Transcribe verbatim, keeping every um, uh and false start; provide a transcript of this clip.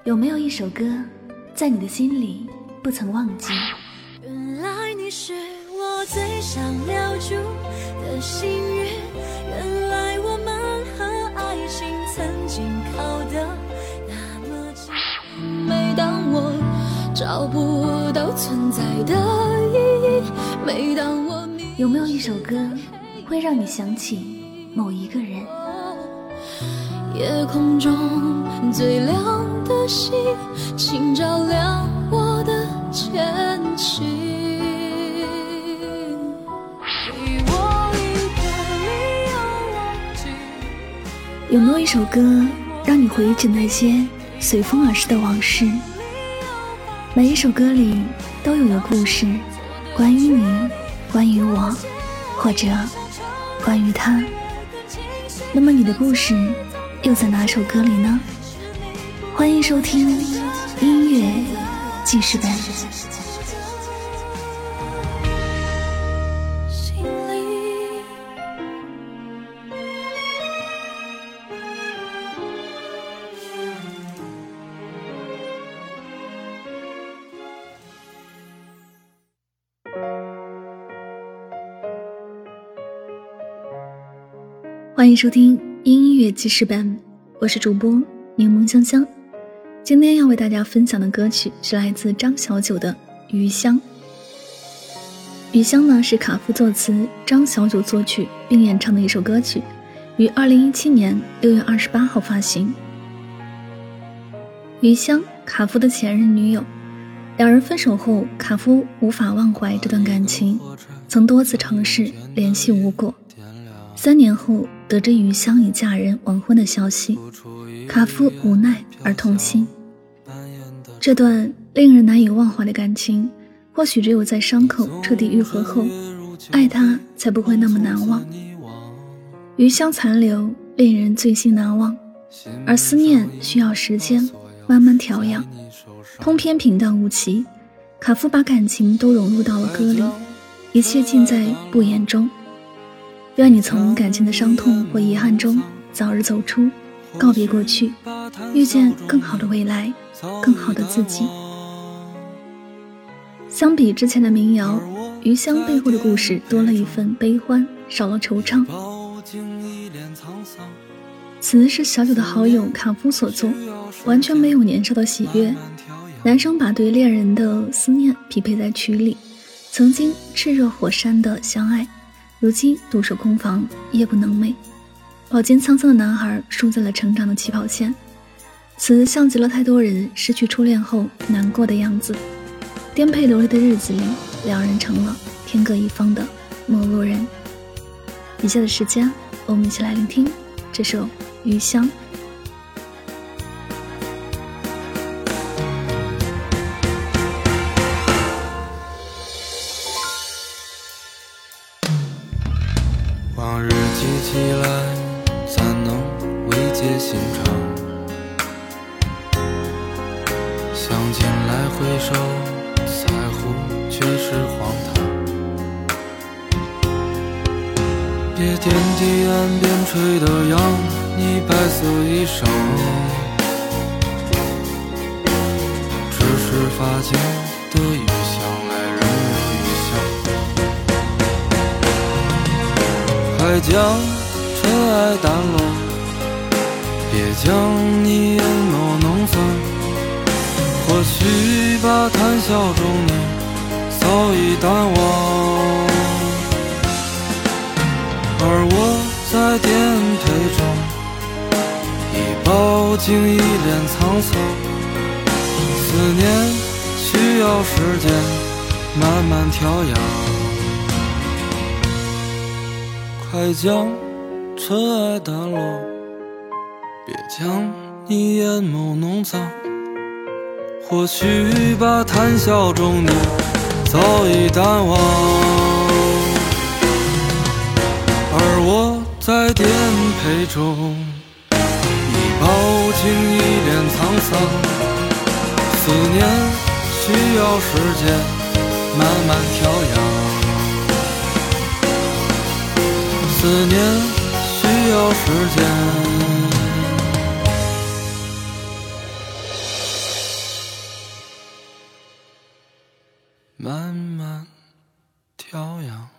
有没有一首歌在你的心里不曾忘记？ 原来你是我最想留住的幸运，原来我们和爱情曾经靠得那么近。每当我找不到存在的意义，每当我有没有一首歌会让你想起某一个人？ 夜空中最亮的星，请照亮我的前行。给我一个理由忘记。 有没有一首歌让你回忆起那些随风而逝的往事？每一首歌里都有个故事，关于你，关于我，或者关于他。那么你的故事又在哪首歌里呢？欢迎收听音乐记事本。欢迎收听音乐记事本，我是主播柠檬香香。今天要为大家分享的歌曲是来自张小九的《余香》。《余香》呢是卡夫作词，张小九作曲并演唱的一首歌曲，于二零一七年六月二十八号发行。余香，卡夫的前任女友，两人分手后，卡夫无法忘怀这段感情，曾多次尝试联系无果。三年后，得知余香已嫁人完婚的消息，卡夫无奈而痛心。这段令人难以忘怀的感情，或许只有在伤口彻底愈合后，爱他才不会那么难忘。余香残留令人最心难忘，而思念需要时间慢慢调养。通篇平淡无奇，卡夫把感情都融入到了歌里，一切尽在不言中。愿你从感情的伤痛或遗憾中早日走出，告别过去，遇见更好的未来，更好的自己。相比之前的民谣，余香背后的故事多了一份悲欢，少了惆怅。词是小九的好友卡夫所作，完全没有年少的喜悦，男生把对恋人的思念匹配在曲里，曾经炽热火山的相爱，如今独守空房，夜不能寐。饱经沧桑的男孩输在了成长的起跑线，词像极了太多人失去初恋后难过的样子。颠沛流离的日子里，两人成了天各一方的陌路人。以下的时间，我们一起来聆听这首《余香》。 往日记起来，怎能慰藉心肠？想起来回首，在乎却是荒唐。别惦记岸边吹的扬，你白色衣裳，只是发间的余香，来人有余香。快将尘埃掸落，别将你眼眸弄脏。或许把谈笑中你早已淡忘，而我在颠沛中已饱经一脸沧桑。思念需要时间慢慢调养，快将尘埃掸落，别将你眼眸弄脏。或许把谈笑中你早已淡忘，而我在颠沛中已饱经一脸沧桑。思念需要时间慢慢调养，思念需要时间。 慢慢调养。